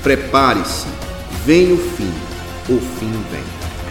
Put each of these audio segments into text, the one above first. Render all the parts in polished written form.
Prepare-se, vem o fim vem.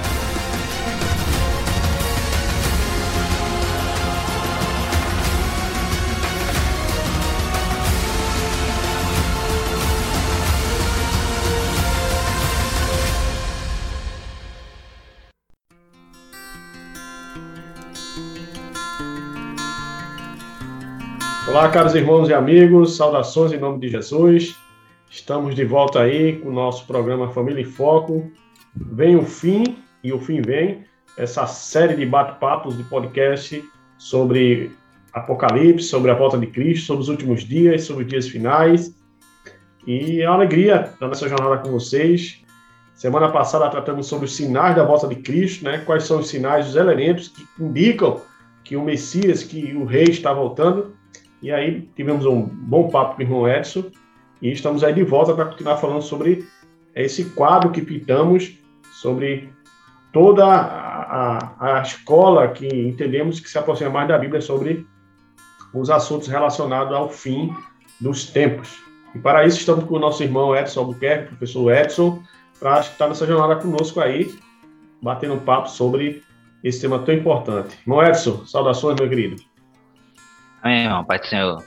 Olá, caros irmãos e amigos, saudações em nome de Jesus. Estamos de volta aí com o nosso programa Família em Foco. Vem o fim e o fim vem. Essa série de bate-papos de podcast sobre Apocalipse, sobre a volta de Cristo, sobre os últimos dias, sobre os dias finais. E a alegria da nossa jornada com vocês. Semana passada tratamos sobre os sinais da volta de Cristo, né? Quais são os sinais, os elementos que indicam que o Messias, que o Rei está voltando. E aí tivemos um bom papo com o irmão Edson e estamos aí de volta para continuar falando sobre esse quadro que pintamos, sobre toda a escola que entendemos que se aproxima mais da Bíblia sobre os assuntos relacionados ao fim dos tempos. E para isso estamos com o nosso irmão Edson Albuquerque, professor Edson, para estar nessa jornada conosco aí, batendo um papo sobre esse tema tão importante. Irmão Edson, saudações, meu querido. Amém, irmão, Pai do Senhor.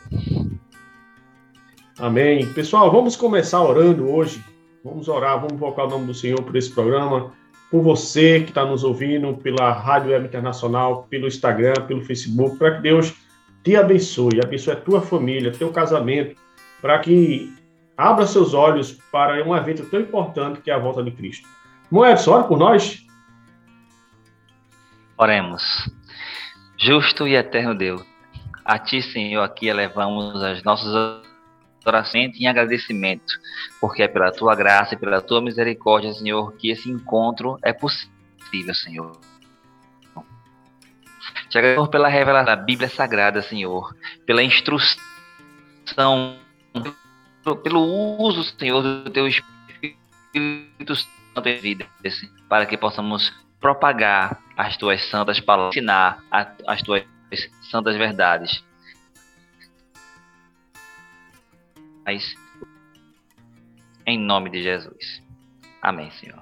Amém. Pessoal, vamos começar orando hoje. Vamos orar, vamos invocar o nome do Senhor por esse programa, por você que está nos ouvindo pela Rádio Web Internacional, pelo Instagram, pelo Facebook, para que Deus te abençoe a tua família, teu casamento, para que abra seus olhos para um evento tão importante que é a volta de Cristo. Irmão Edson, ora por nós. Oremos. Justo e eterno Deus, a Ti, Senhor, aqui elevamos as nossas orações em agradecimento, porque é pela Tua graça e pela Tua misericórdia, Senhor, que esse encontro é possível, Senhor. Te agradeço pela revelação da Bíblia Sagrada, Senhor, pela instrução, pelo uso, Senhor, do Teu Espírito Santo em vida, para que possamos propagar as Tuas santas palavras, ensinar as Tuas santas verdades. Mas, em nome de Jesus. Amém, Senhor.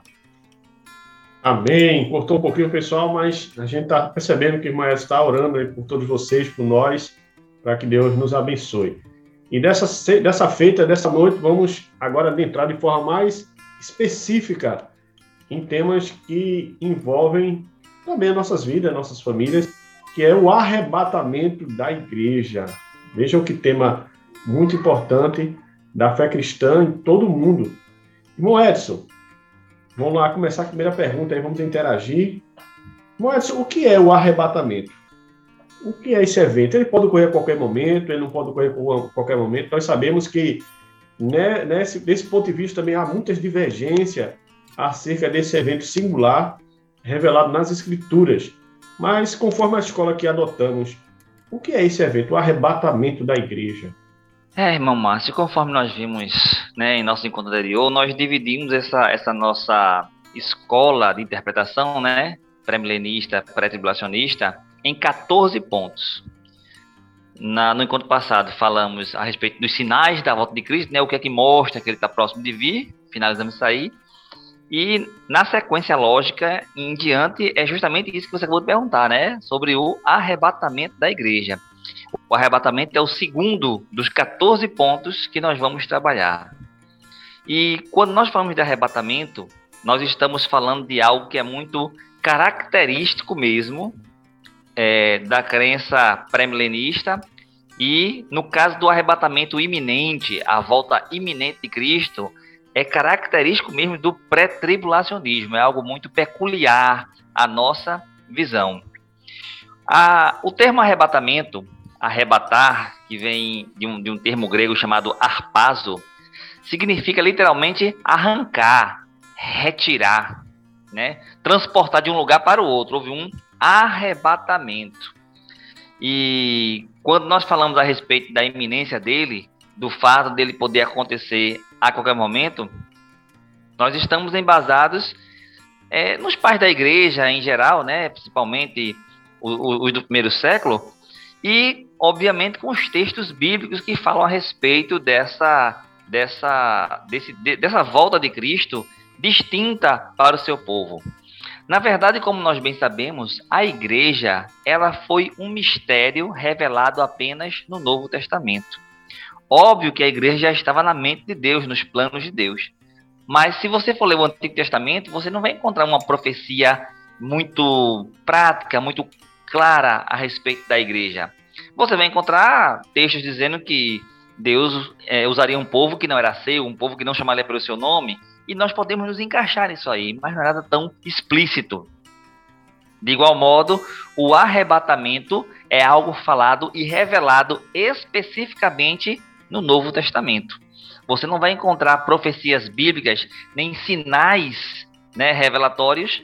Amém. Cortou um pouquinho, pessoal, mas a gente está percebendo que o irmão está orando aí por todos vocês, por nós, para que Deus nos abençoe. E dessa feita, dessa noite, vamos agora adentrar de forma mais específica em temas que envolvem também as nossas vidas, nossas famílias, que é o arrebatamento da igreja. Vejam que tema muito importante da fé cristã em todo o mundo. Irmão Edson, vamos lá começar a primeira pergunta, aí vamos interagir. Irmão Edson, o que é o arrebatamento? O que é esse evento? Ele pode ocorrer a qualquer momento, ele não pode ocorrer a qualquer momento. Nós sabemos que, né, desse ponto de vista, também há muitas divergências acerca desse evento singular revelado nas Escrituras. Mas, conforme a escola que adotamos, o que é esse evento, o arrebatamento da igreja? Irmão Márcio, conforme nós vimos, né, em nosso encontro anterior, nós dividimos essa nossa escola de interpretação, né, pré-milenista, pré-tribulacionista, em 14 pontos. No encontro passado, falamos a respeito dos sinais da volta de Cristo, né, o que é que mostra que ele está próximo de vir, finalizamos isso aí. E na sequência lógica em diante, é justamente isso que você acabou de perguntar, né? Sobre o arrebatamento da igreja. O arrebatamento é o segundo dos 14 pontos que nós vamos trabalhar. E quando nós falamos de arrebatamento, nós estamos falando de algo que é muito característico mesmo da crença pré-milenista. E no caso do arrebatamento iminente, a volta iminente de Cristo, é característico mesmo do pré-tribulacionismo, é algo muito peculiar à nossa visão. O termo arrebatamento, arrebatar, que vem de um termo grego chamado harpazo, significa literalmente arrancar, retirar, né? Transportar de um lugar para o outro. Houve um arrebatamento. E quando nós falamos a respeito da iminência dele, do fato dele poder acontecer a qualquer momento, nós estamos embasados nos pais da igreja em geral, né, principalmente os do primeiro século, e obviamente com os textos bíblicos que falam a respeito dessa dessa volta de Cristo distinta para o seu povo. Na verdade, como nós bem sabemos, a igreja ela foi um mistério revelado apenas no Novo Testamento. Óbvio que a igreja já estava na mente de Deus, nos planos de Deus. Mas se você for ler o Antigo Testamento, você não vai encontrar uma profecia muito prática, muito clara a respeito da igreja. Você vai encontrar textos dizendo que Deus usaria um povo que não era seu, um povo que não chamaria pelo seu nome, e nós podemos nos encaixar nisso aí, mas não é nada tão explícito. De igual modo, o arrebatamento é algo falado e revelado especificamente no Novo Testamento. Você não vai encontrar profecias bíblicas, nem sinais, revelatórios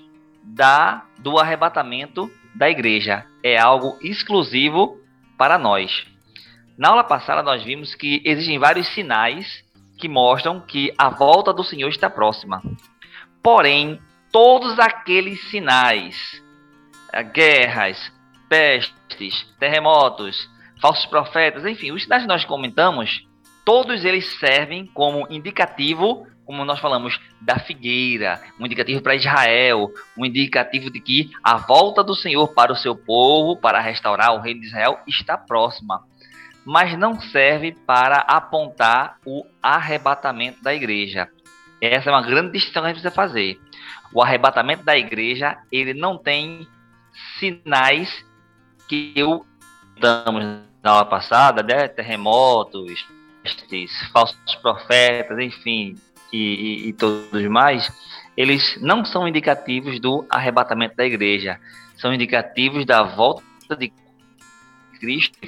do arrebatamento da igreja. É algo exclusivo para nós. Na aula passada, nós vimos que existem vários sinais que mostram que a volta do Senhor está próxima. Porém, todos aqueles sinais, guerras, pestes, terremotos, falsos profetas, enfim, os sinais que nós comentamos, todos eles servem como indicativo, como nós falamos, da figueira, um indicativo para Israel, um indicativo de que a volta do Senhor para o seu povo, para restaurar o reino de Israel, está próxima. Mas não serve para apontar o arrebatamento da igreja. Essa é uma grande distinção que a gente precisa fazer. O arrebatamento da igreja, ele não tem sinais que estamos na aula passada, terremotos, falsos profetas, enfim, e todos mais, eles não são indicativos do arrebatamento da igreja. São indicativos da volta de Cristo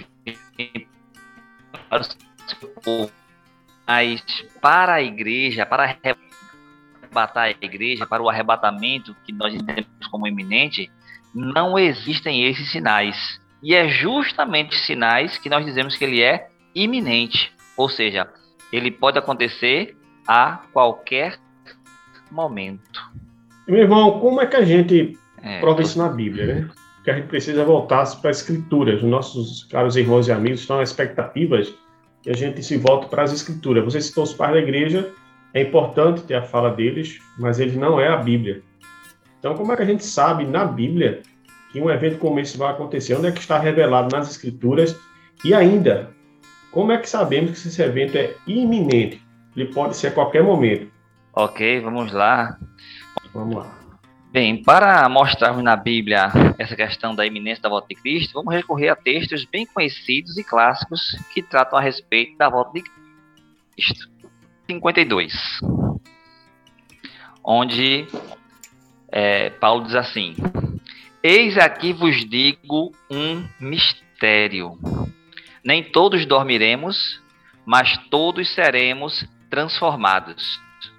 para o seu povo. Mas para a igreja, para arrebatar a igreja, para o arrebatamento que nós entendemos como iminente, não existem esses sinais. E é justamente sinais que nós dizemos que ele é iminente. Ou seja, ele pode acontecer a qualquer momento. Meu irmão, como é que a gente prova isso na Bíblia, né? Porque a gente precisa voltar para as Escrituras. Os nossos caros irmãos e amigos estão nas expectativas que a gente se volte para as Escrituras. Você citou os pais da igreja, é importante ter a fala deles, mas eles não é a Bíblia. Então, como é que a gente sabe na Bíblia que um evento como esse vai acontecer? Onde é que está revelado nas Escrituras? E ainda, como é que sabemos que esse evento é iminente? Ele pode ser a qualquer momento. Ok, vamos lá. Vamos lá. Bem, para mostrarmos na Bíblia essa questão da iminência da volta de Cristo, vamos recorrer a textos bem conhecidos e clássicos que tratam a respeito da volta de Cristo. 52, onde Paulo diz assim: eis aqui vos digo um mistério. Nem todos dormiremos, mas todos seremos transformados.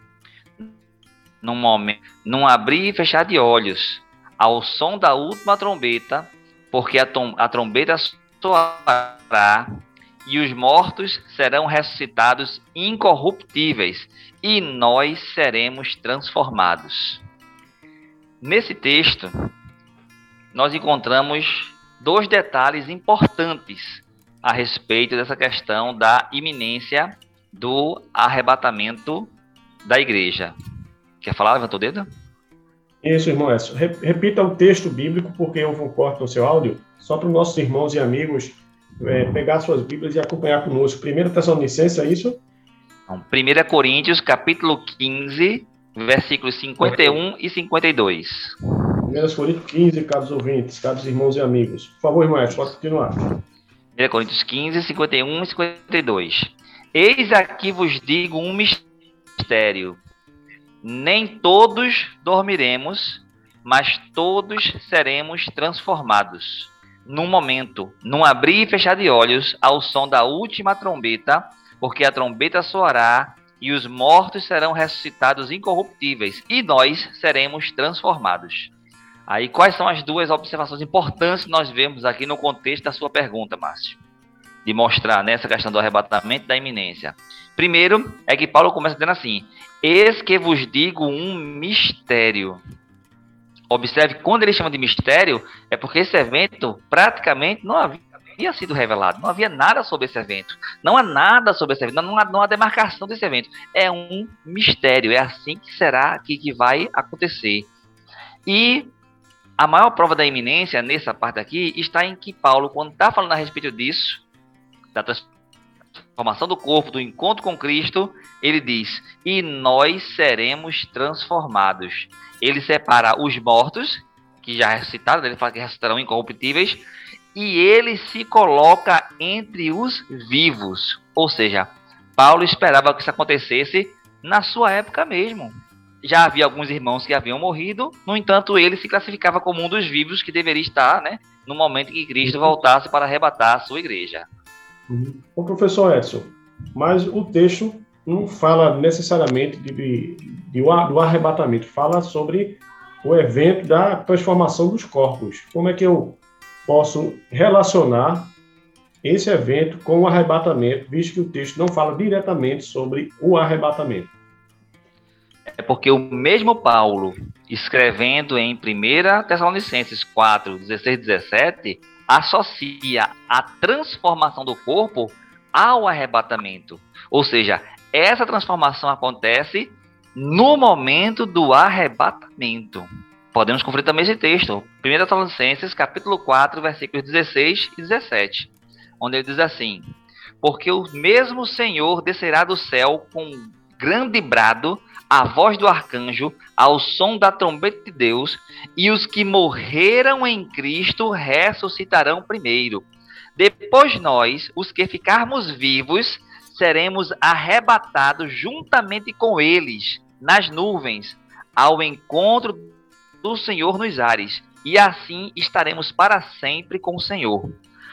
Num abrir e fechar de olhos, ao som da última trombeta, porque a trombeta soará, e os mortos serão ressuscitados incorruptíveis, e nós seremos transformados. Nesse texto, nós encontramos dois detalhes importantes a respeito dessa questão da iminência do arrebatamento da igreja. Quer falar? Levantou o dedo? Isso, irmão Edson. Repita o texto bíblico, porque houve um corte no seu áudio, só para os nossos irmãos e amigos pegar suas Bíblias e acompanhar conosco. 1 Tessalonicenses, é isso? 1 Coríntios, capítulo 15, versículos 51 e 52. 1 Coríntios 15, caros ouvintes, caros irmãos e amigos. Por favor, irmão Edson, pode continuar. 1 Coríntios 15, 51 e 52. Eis aqui vos digo um mistério. Nem todos dormiremos, mas todos seremos transformados. Num momento, num abrir e fechar de olhos, ao som da última trombeta, porque a trombeta soará e os mortos serão ressuscitados incorruptíveis, e nós seremos transformados. Aí, quais são as duas observações importantes que nós vemos aqui no contexto da sua pergunta, Márcio? De mostrar nessa questão do arrebatamento da iminência. Primeiro, é que Paulo começa dizendo assim: eis que vos digo um mistério. Observe, quando ele chama de mistério, é porque esse evento praticamente não havia havia sido revelado, não havia nada sobre esse evento. Não há nada sobre esse evento, não há demarcação desse evento. É um mistério, é assim que será que vai acontecer. E a maior prova da iminência nessa parte aqui está em que Paulo, quando está falando a respeito disso, da transformação do corpo, do encontro com Cristo, ele diz, e nós seremos transformados. Ele separa os mortos, que já ressuscitaram, ele fala que ressuscitarão incorruptíveis, e ele se coloca entre os vivos. Ou seja, Paulo esperava que isso acontecesse na sua época mesmo. Já havia alguns irmãos que haviam morrido, no entanto, ele se classificava como um dos vivos que deveria estar, né, no momento em que Cristo voltasse para arrebatar a sua igreja. O professor Edson, mas o texto não fala necessariamente do arrebatamento, fala sobre o evento da transformação dos corpos. Como é que eu posso relacionar esse evento com o arrebatamento, visto que o texto não fala diretamente sobre o arrebatamento? É porque o mesmo Paulo, escrevendo em 1 Tessalonicenses 4, 16 e 17, associa a transformação do corpo ao arrebatamento. Ou seja, essa transformação acontece no momento do arrebatamento. Podemos conferir também esse texto, 1 Tessalonicenses, capítulo 4, versículos 16 e 17, onde ele diz assim, porque o mesmo Senhor descerá do céu com grande brado, a voz do arcanjo, ao som da trombeta de Deus, e os que morreram em Cristo ressuscitarão primeiro. Depois nós, os que ficarmos vivos, seremos arrebatados juntamente com eles, nas nuvens, ao encontro do Senhor nos ares, e assim estaremos para sempre com o Senhor.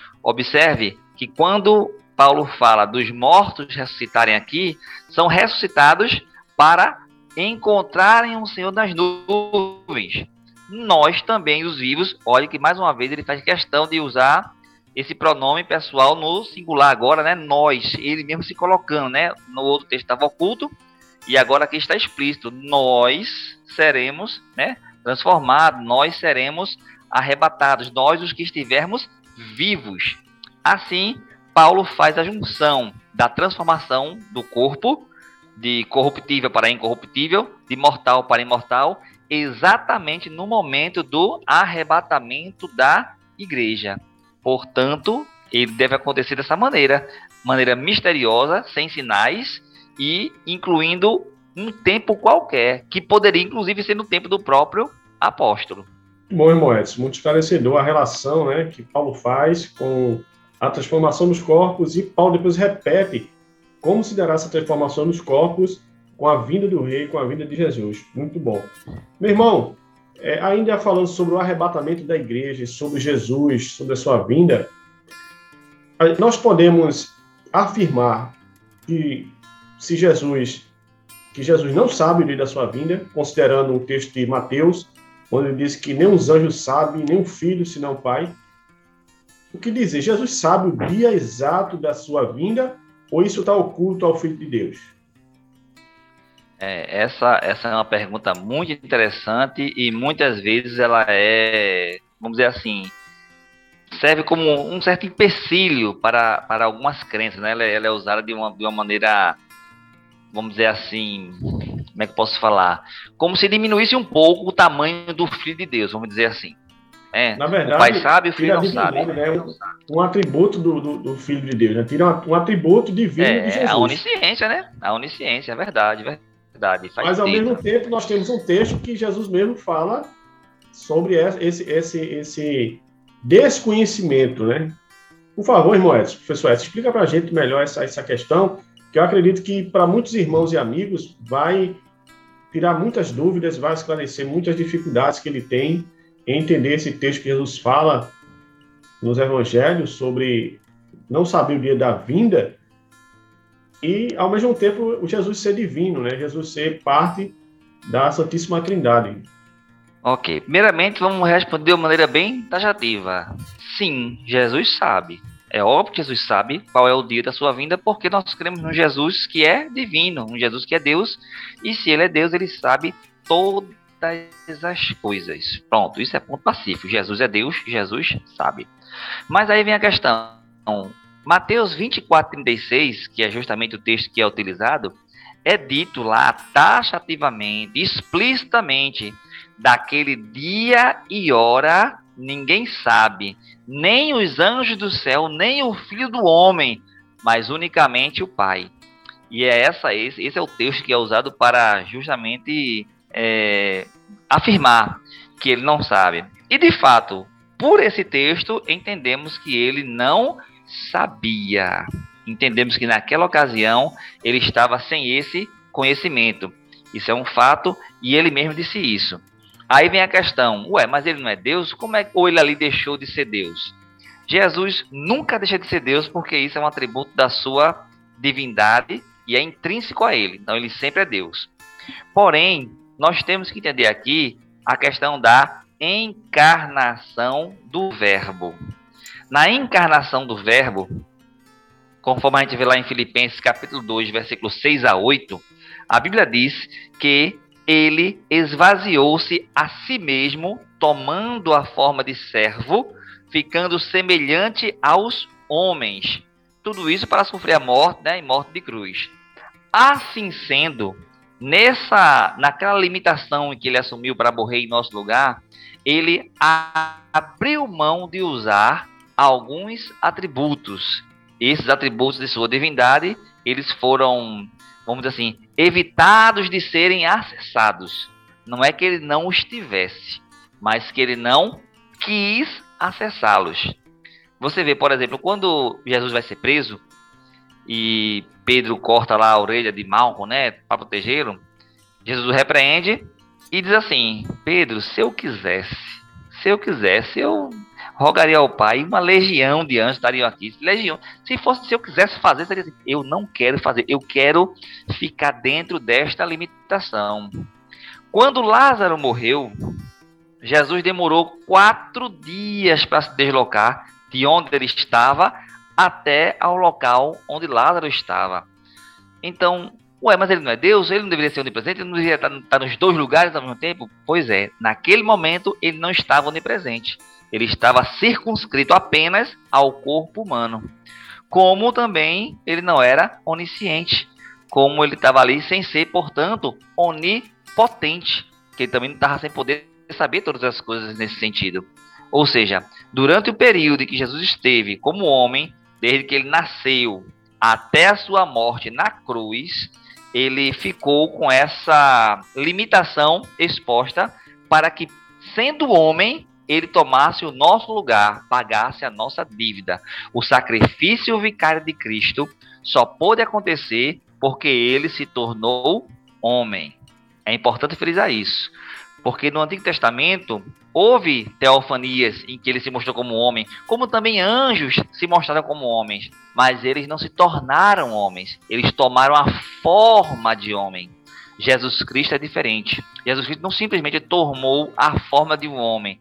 Observe que quando Paulo fala dos mortos ressuscitarem aqui, são ressuscitados para encontrarem o Senhor nas nuvens. Nós também, os vivos, olha que mais uma vez ele faz questão de usar esse pronome pessoal no singular agora, né? Nós, ele mesmo se colocando, né? No outro texto estava oculto e agora aqui está explícito. Nós seremos, né, transformados, nós seremos arrebatados, nós os que estivermos vivos. Assim, Paulo faz a junção da transformação do corpo de corruptível para incorruptível, de mortal para imortal, exatamente no momento do arrebatamento da igreja. Portanto, ele deve acontecer dessa maneira misteriosa, sem sinais e incluindo um tempo qualquer, que poderia inclusive ser no tempo do próprio apóstolo. Bom, irmão Edson, muito esclarecedor a relação, né, que Paulo faz com a transformação dos corpos, e Paulo depois repete como se dará essa transformação nos corpos com a vinda do rei, com a vinda de Jesus. Muito bom. Meu irmão, ainda falando sobre o arrebatamento da igreja, sobre Jesus, sobre a sua vinda, nós podemos afirmar que Jesus não sabe o dia da sua vinda, considerando o texto de Mateus, onde ele diz que nem os anjos sabem, nem o filho, senão o pai. O que dizer? Jesus sabe o dia exato da sua vinda, ou isso está oculto ao Filho de Deus? Essa é uma pergunta muito interessante e muitas vezes ela vamos dizer assim, serve como um certo empecilho para algumas crenças, né? Ela é usada de uma maneira, vamos dizer assim, como é que eu posso falar? Como se diminuísse um pouco o tamanho do Filho de Deus, vamos dizer assim. Na verdade, o pai sabe, o filho não sabe. Né? Um atributo do Filho de Deus, né? Tira um atributo divino de Jesus. A onisciência, né? A onisciência, é verdade. Mas, ao mesmo tempo, nós temos um texto que Jesus mesmo fala sobre esse desconhecimento, né? Por favor, irmão Edson, professor Edson, explica para a gente melhor essa questão, que eu acredito que para muitos irmãos e amigos vai tirar muitas dúvidas, vai esclarecer muitas dificuldades que ele tem em entender esse texto que Jesus fala nos evangelhos sobre não saber o dia da vinda e, ao mesmo tempo, o Jesus ser divino, né? Jesus ser parte da Santíssima Trindade. Ok. Primeiramente, vamos responder de uma maneira bem taxativa. Sim, Jesus sabe. É óbvio que Jesus sabe qual é o dia da sua vinda, porque nós cremos num Jesus que é divino, um Jesus que é Deus, e se ele é Deus, ele sabe as coisas. Pronto, isso é ponto pacífico. Jesus é Deus, Jesus sabe. Mas aí vem a questão. Mateus 24:36, que é justamente o texto que é utilizado, é dito lá taxativamente, explicitamente, daquele dia e hora ninguém sabe, nem os anjos do céu, nem o Filho do Homem, mas unicamente o Pai. E esse é o texto que é usado para justamente afirmar que ele não sabe. E de fato, por esse texto, entendemos que ele não sabia. Entendemos que naquela ocasião ele estava sem esse conhecimento. Isso é um fato e ele mesmo disse isso. Aí vem a questão, mas ele não é Deus? Ou ele ali deixou de ser Deus? Jesus nunca deixa de ser Deus porque isso é um atributo da sua divindade e é intrínseco a ele. Então ele sempre é Deus. Porém, nós temos que entender aqui a questão da encarnação do Verbo. Na encarnação do Verbo, conforme a gente vê lá em Filipenses capítulo 2, versículos 6 a 8, a Bíblia diz que ele esvaziou-se a si mesmo, tomando a forma de servo, ficando semelhante aos homens. Tudo isso para sofrer a morte, e morte de cruz. Assim sendo, naquela limitação em que ele assumiu para morrer em nosso lugar, ele abriu mão de usar alguns atributos. Esses atributos de sua divindade, eles foram, vamos dizer assim, evitados de serem acessados. Não é que ele não os tivesse, mas que ele não quis acessá-los. Você vê, por exemplo, quando Jesus vai ser preso e Pedro corta lá a orelha de Malco, para protegê-lo, Jesus o repreende e diz assim: Pedro, se eu quisesse, eu rogaria ao Pai, uma legião de anjos estariam aqui. Se eu quisesse fazer, seria assim: eu não quero fazer, eu quero ficar dentro desta limitação. Quando Lázaro morreu, Jesus demorou 4 dias para se deslocar de onde ele estava até ao local onde Lázaro estava. Então, mas ele não é Deus? Ele não deveria ser onipresente? Ele não deveria estar nos 2 lugares ao mesmo tempo? Pois é, naquele momento ele não estava onipresente. Ele estava circunscrito apenas ao corpo humano. Como também ele não era onisciente. Como ele estava ali sem ser, portanto, onipotente. Que ele também não estava sem poder saber todas as coisas nesse sentido. Ou seja, durante o período em que Jesus esteve como homem, desde que ele nasceu até a sua morte na cruz, ele ficou com essa limitação exposta para que, sendo homem, ele tomasse o nosso lugar, pagasse a nossa dívida. O sacrifício vicário de Cristo só pôde acontecer porque ele se tornou homem. É importante frisar isso. Porque no Antigo Testamento houve teofanias em que ele se mostrou como homem, como também anjos se mostraram como homens, mas eles não se tornaram homens, eles tomaram a forma de homem. Jesus Cristo é diferente. Jesus Cristo não simplesmente tomou a forma de um homem,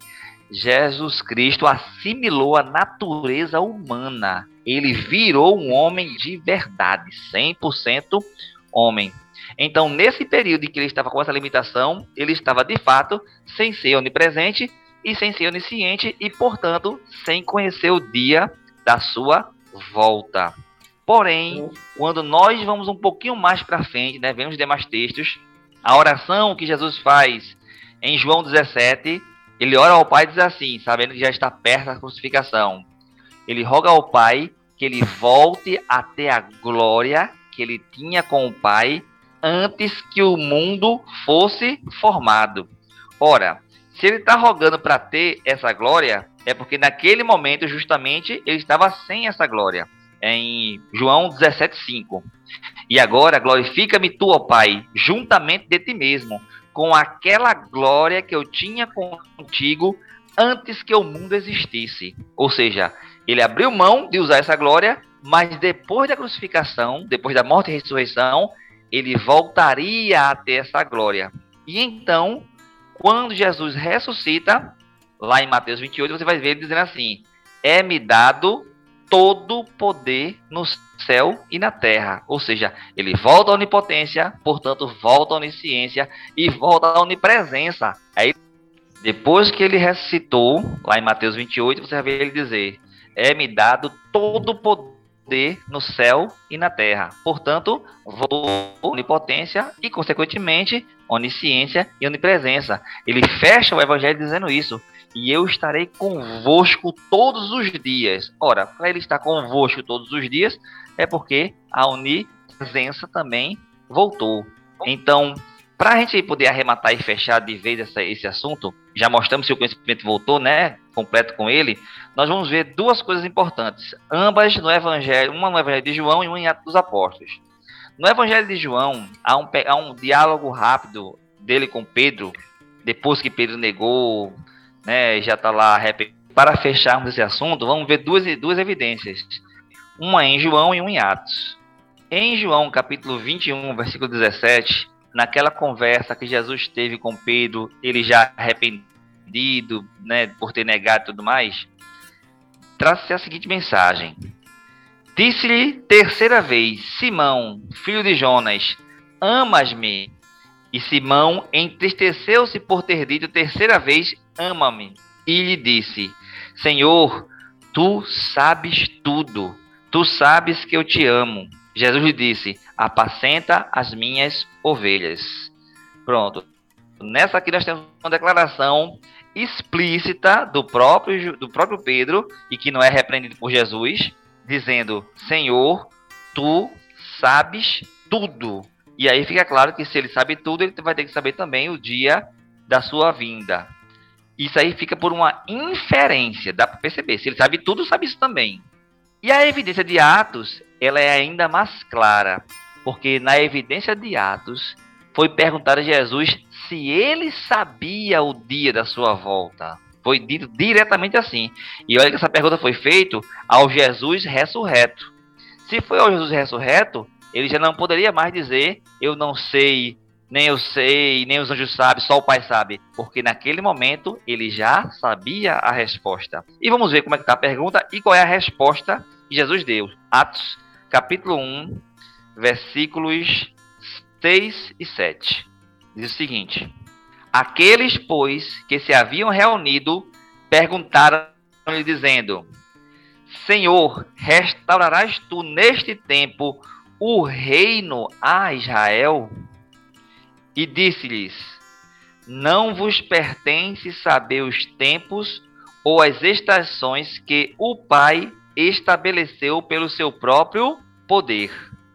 Jesus Cristo assimilou a natureza humana, ele virou um homem de verdade, 100% homem. Então, nesse período em que ele estava com essa limitação, ele estava, de fato, sem ser onipresente e sem ser onisciente e, portanto, sem conhecer o dia da sua volta. Porém, quando nós vamos um pouquinho mais para frente, vemos os demais textos, a oração que Jesus faz em João 17, ele ora ao Pai e diz assim, sabendo que já está perto da crucificação. Ele roga ao Pai que ele volte até a glória que ele tinha com o Pai antes que o mundo fosse formado. Ora, se ele está rogando para ter essa glória, é porque naquele momento, justamente, ele estava sem essa glória. É em João 17,5. E agora, glorifica-me tu, ó Pai, juntamente de ti mesmo, com aquela glória que eu tinha contigo antes que o mundo existisse. Ou seja, ele abriu mão de usar essa glória, mas depois da crucificação, depois da morte e ressurreição, ele voltaria a ter essa glória. E então, quando Jesus ressuscita, lá em Mateus 28, você vai ver ele dizendo assim: é-me dado todo o poder no céu e na terra. Ou seja, ele volta à onipotência, portanto, volta à onisciência e volta à onipresença. Aí, depois que ele ressuscitou, lá em Mateus 28, você vai ver ele dizer: é-me dado todo o poder no céu e na terra. Portanto, voltou à onipotência e, consequentemente, onisciência e onipresença. Ele fecha o evangelho dizendo isso: e eu estarei convosco todos os dias. Ora, para ele estar convosco todos os dias, é porque a onipresença também voltou. Então, para a gente poder arrematar e fechar de vez esse assunto, já mostramos que o conhecimento voltou, né? Completo com ele. Nós vamos ver duas coisas importantes, ambas no Evangelho, uma no Evangelho de João e uma em Atos dos Apóstolos. No Evangelho de João, há um diálogo rápido dele com Pedro, depois que Pedro negou, né? Já está lá arrependido. Para fecharmos esse assunto, vamos ver duas evidências, uma em João e uma em Atos. Em João, capítulo 21, versículo 17, naquela conversa que Jesus teve com Pedro, ele já arrependido, né, por ter negado e tudo mais, traz-se a seguinte mensagem: disse-lhe terceira vez: Simão, filho de Jonas, amas-me? E Simão entristeceu-se por ter dito terceira vez: ama-me. E lhe disse: Senhor, tu sabes tudo, tu sabes que eu te amo. Jesus lhe disse: apacenta as minhas ovelhas. Pronto. Nessa aqui nós temos uma declaração explícita do próprio Pedro, e que não é repreendido por Jesus, dizendo: Senhor, tu sabes tudo. E aí fica claro que se ele sabe tudo, ele vai ter que saber também o dia da sua vinda. Isso aí fica por uma inferência, dá para perceber. Se ele sabe tudo, sabe isso também. E a evidência de Atos, ela é ainda mais clara, porque na evidência de Atos foi perguntado a Jesus se ele sabia o dia da sua volta. Foi dito diretamente assim. E olha que essa pergunta foi feita ao Jesus ressurreto. Se foi ao Jesus ressurreto, ele já não poderia mais dizer: eu não sei, nem eu sei, nem os anjos sabem, só o Pai sabe. Porque naquele momento ele já sabia a resposta. E vamos ver como é que está a pergunta e qual é a resposta que Jesus deu. Atos, capítulo 1, versículos 6 e 7. Diz o seguinte: aqueles, pois, que se haviam reunido, perguntaram-lhe, dizendo: Senhor, restaurarás tu neste tempo o reino a Israel? E disse-lhes: não vos pertence saber os tempos ou as estações que o Pai estabeleceu pelo seu próprio poder.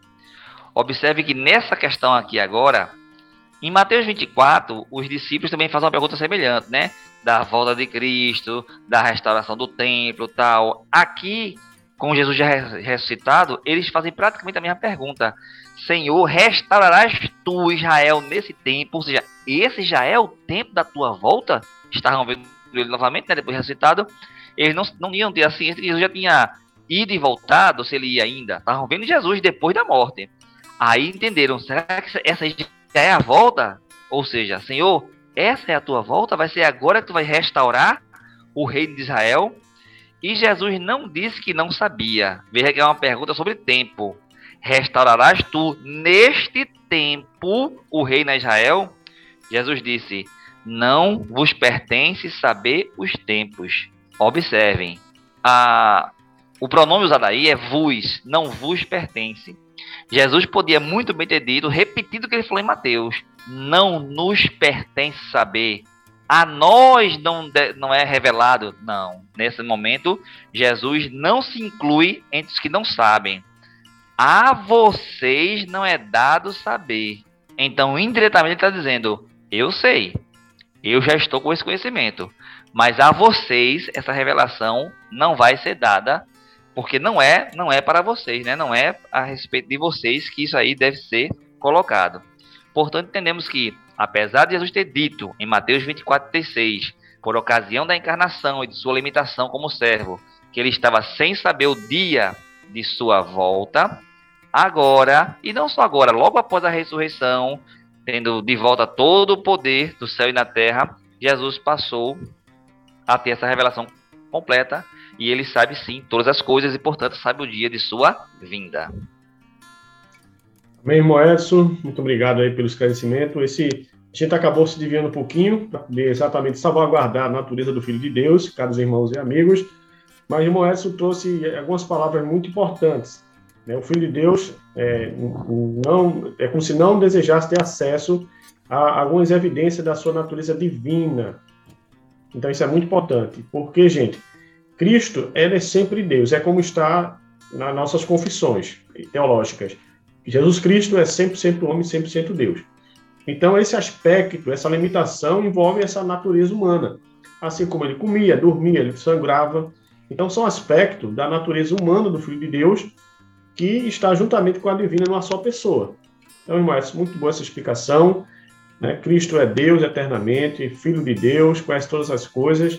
Observe que nessa questão aqui agora, em Mateus 24, os discípulos também fazem uma pergunta semelhante, né? Da volta de Cristo, da restauração do templo, tal. Aqui, com Jesus já ressuscitado, eles fazem praticamente a mesma pergunta: Senhor, restaurarás tu Israel nesse tempo? Ou seja, esse já é o tempo da tua volta? Estavam vendo ele novamente, né? Depois ressuscitado. Eles não iam ter a ciência que Jesus já tinha ido e voltado, se ele ia ainda. Estavam vendo Jesus depois da morte. Aí entenderam: será que essa já é a volta? Ou seja, Senhor, essa é a tua volta? Vai ser agora que tu vai restaurar o reino de Israel? E Jesus não disse que não sabia. Veja que é uma pergunta sobre tempo. Restaurarás tu neste tempo o reino a Israel? Jesus disse: não vos pertence saber os tempos. Observem, o pronome usado aí é vos, não vos pertence. Jesus podia muito bem ter dito, repetido o que ele falou em Mateus: não nos pertence saber, a nós não é revelado. Não, nesse momento Jesus não se inclui entre os que não sabem. A vocês não é dado saber. Então, indiretamente ele está dizendo: eu sei, eu já estou com esse conhecimento, mas a vocês essa revelação não vai ser dada, porque não é para vocês, né? Não é a respeito de vocês que isso aí deve ser colocado. Portanto, entendemos que, apesar de Jesus ter dito em Mateus 24:36, por ocasião da encarnação e de sua limitação como servo, que ele estava sem saber o dia de sua volta, agora, e não só agora, logo após a ressurreição, tendo de volta todo o poder do céu e da terra, Jesus passou a ter essa revelação completa e ele sabe sim todas as coisas e, portanto, sabe o dia de sua vinda. Bem, irmão Edson, muito obrigado aí pelo esclarecimento. A gente acabou se desviando um pouquinho para poder exatamente salvaguardar a natureza do Filho de Deus, caros irmãos e amigos, mas o irmão Edson trouxe algumas palavras muito importantes. O Filho de Deus é como se não desejasse ter acesso a algumas evidências da sua natureza divina. Então isso é muito importante, porque, gente, Cristo, ele é sempre Deus, é como está nas nossas confissões teológicas. Jesus Cristo é 100% homem, 100% Deus. Então esse aspecto, essa limitação envolve essa natureza humana. Assim como ele comia, dormia, ele sangrava. Então são aspectos da natureza humana do Filho de Deus que está juntamente com a divina numa só pessoa. Então, irmão, é muito boa essa explicação. Cristo é Deus eternamente, Filho de Deus, conhece todas as coisas,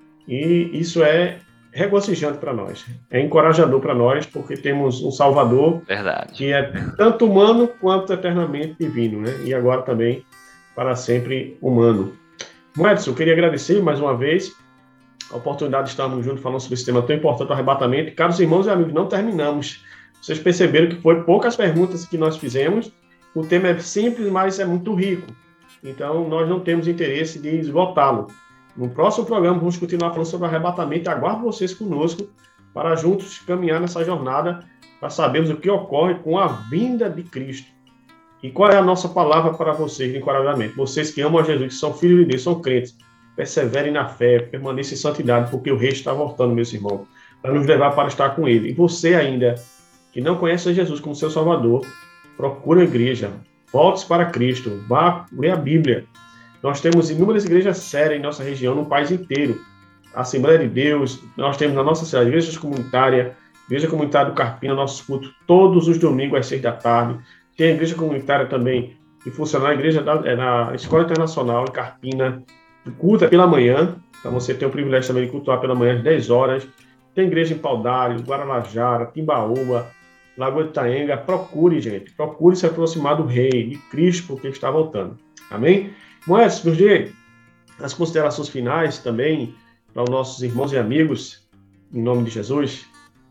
e isso é regozijante para nós, é encorajador para nós, porque temos um Salvador que é tanto humano quanto eternamente divino, e agora também para sempre humano. Edson, eu queria agradecer mais uma vez a oportunidade de estarmos juntos falando sobre esse tema tão importante, o arrebatamento. Caros irmãos e amigos, não terminamos. Vocês perceberam que foi poucas perguntas que nós fizemos, o tema é simples, mas é muito rico. Então, nós não temos interesse de esgotá-lo. No próximo programa, vamos continuar falando sobre o arrebatamento. Aguardo vocês conosco para juntos caminhar nessa jornada para sabermos o que ocorre com a vinda de Cristo. E qual é a nossa palavra para vocês de encorajamento? Vocês que amam a Jesus, que são filhos de Deus, são crentes, perseverem na fé, permaneçam em santidade, porque o Rei está voltando, meus irmãos, para nos levar para estar com Ele. E você ainda, que não conhece a Jesus como seu Salvador, procure a igreja, volte para Cristo, vá ler a Bíblia. Nós temos inúmeras igrejas sérias em nossa região, no país inteiro. A Assembleia de Deus, nós temos na nossa cidade, igreja comunitária do Carpina, nossos cultos, todos os domingos às 6 da tarde. Tem a igreja comunitária também, que funciona na igreja na Escola Internacional, em Carpina. O culto é pela manhã, então você tem o privilégio também de cultuar pela manhã às 10 horas. Tem igreja em Paudalho, Guaralajara, Timbaúba, Lagoa de Itaenga. Procure, gente, procure se aproximar do Rei, de Cristo, porque ele está voltando. Amém? Mas, nos dê as considerações finais também para os nossos irmãos e amigos, em nome de Jesus.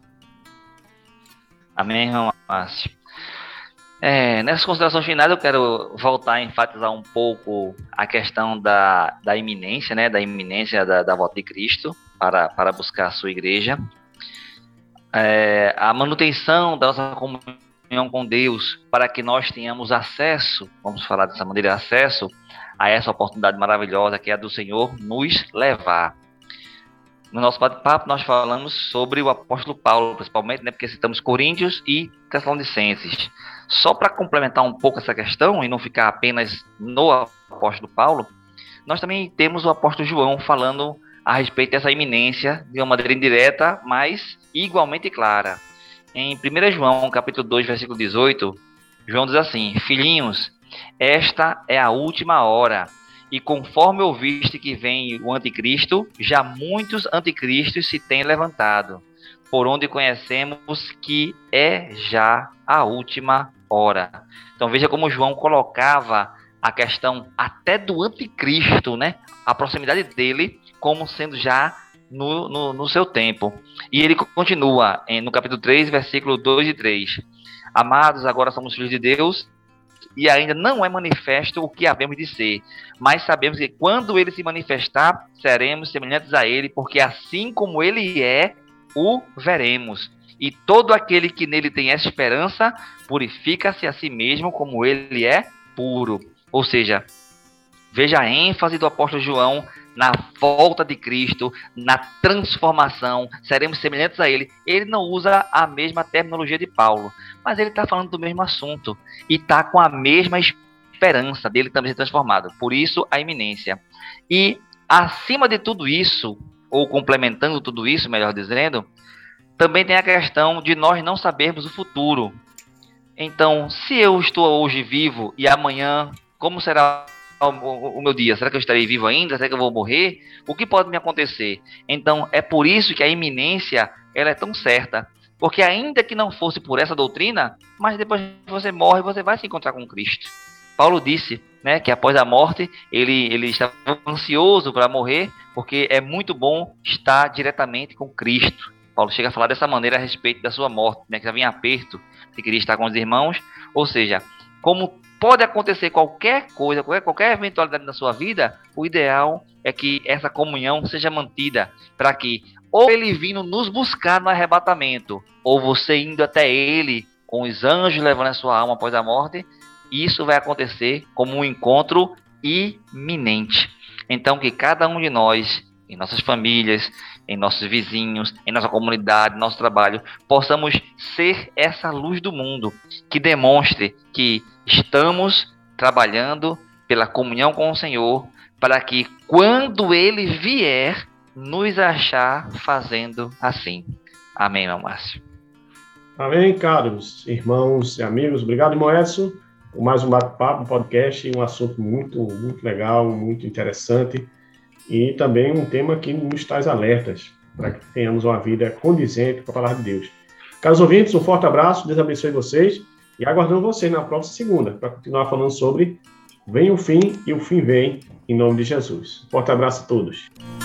Amém, irmão Márcio. Nessas considerações finais, eu quero voltar a enfatizar um pouco a questão da iminência, da iminência da volta de Cristo para buscar a sua igreja. A manutenção da nossa comunhão com Deus, para que nós tenhamos acesso, vamos falar dessa maneira, acesso a essa oportunidade maravilhosa que é a do Senhor nos levar. No nosso bate-papo, nós falamos sobre o apóstolo Paulo, principalmente, porque citamos Coríntios e Tessalonicenses. Só para complementar um pouco essa questão e não ficar apenas no apóstolo Paulo, nós também temos o apóstolo João falando a respeito dessa iminência de uma maneira indireta, mas igualmente clara. Em 1 João, capítulo 2, versículo 18, João diz assim: Filhinhos, esta é a última hora. E conforme ouviste que vem o anticristo, já muitos anticristos se têm levantado, por onde conhecemos que é já a última hora. Então veja como João colocava a questão até do anticristo, a proximidade dele, como sendo já no seu tempo. E ele continua no capítulo 3, versículo 2 e 3. Amados, agora somos filhos de Deus, e ainda não é manifesto o que havemos de ser, mas sabemos que quando ele se manifestar, seremos semelhantes a ele, porque assim como ele é, o veremos. E todo aquele que nele tem essa esperança, purifica-se a si mesmo como ele é puro. Ou seja, veja a ênfase do apóstolo João na volta de Cristo, na transformação, seremos semelhantes a ele. Ele não usa a mesma terminologia de Paulo, mas ele está falando do mesmo assunto e está com a mesma esperança dele também ser transformado. Por isso, a iminência. E, acima de tudo isso, ou complementando tudo isso, melhor dizendo, também tem a questão de nós não sabermos o futuro. Então, se eu estou hoje vivo e amanhã, como será o meu dia? Será que eu estarei vivo ainda? Será que eu vou morrer? O que pode me acontecer? Então, é por isso que a iminência ela é tão certa. Porque ainda que não fosse por essa doutrina, mas depois que você morre, você vai se encontrar com Cristo. Paulo disse, né, que após a morte ele estava ansioso para morrer, porque é muito bom estar diretamente com Cristo. Paulo chega a falar dessa maneira a respeito da sua morte, né, que já vinha aperto, que queria estar com os irmãos. Ou seja, como pode acontecer qualquer coisa, qualquer eventualidade na sua vida, o ideal é que essa comunhão seja mantida, para que ou ele vindo nos buscar no arrebatamento, ou você indo até ele com os anjos levando a sua alma após a morte, isso vai acontecer como um encontro iminente. Então, que cada um de nós, em nossas famílias, em nossos vizinhos, em nossa comunidade, nosso trabalho, possamos ser essa luz do mundo, que demonstre que estamos trabalhando pela comunhão com o Senhor, para que quando Ele vier, nos achar fazendo assim. Amém, meu Márcio. Amém, caros irmãos e amigos. Obrigado, irmão Edson, por mais um bate-papo, um podcast, um assunto muito, muito legal, muito interessante e também um tema que nos traz alertas para que tenhamos uma vida condizente com a palavra de Deus. Caros ouvintes, um forte abraço, Deus abençoe vocês e aguardamos vocês na próxima segunda para continuar falando sobre Vem o Fim e o Fim Vem, em nome de Jesus. Forte abraço a todos.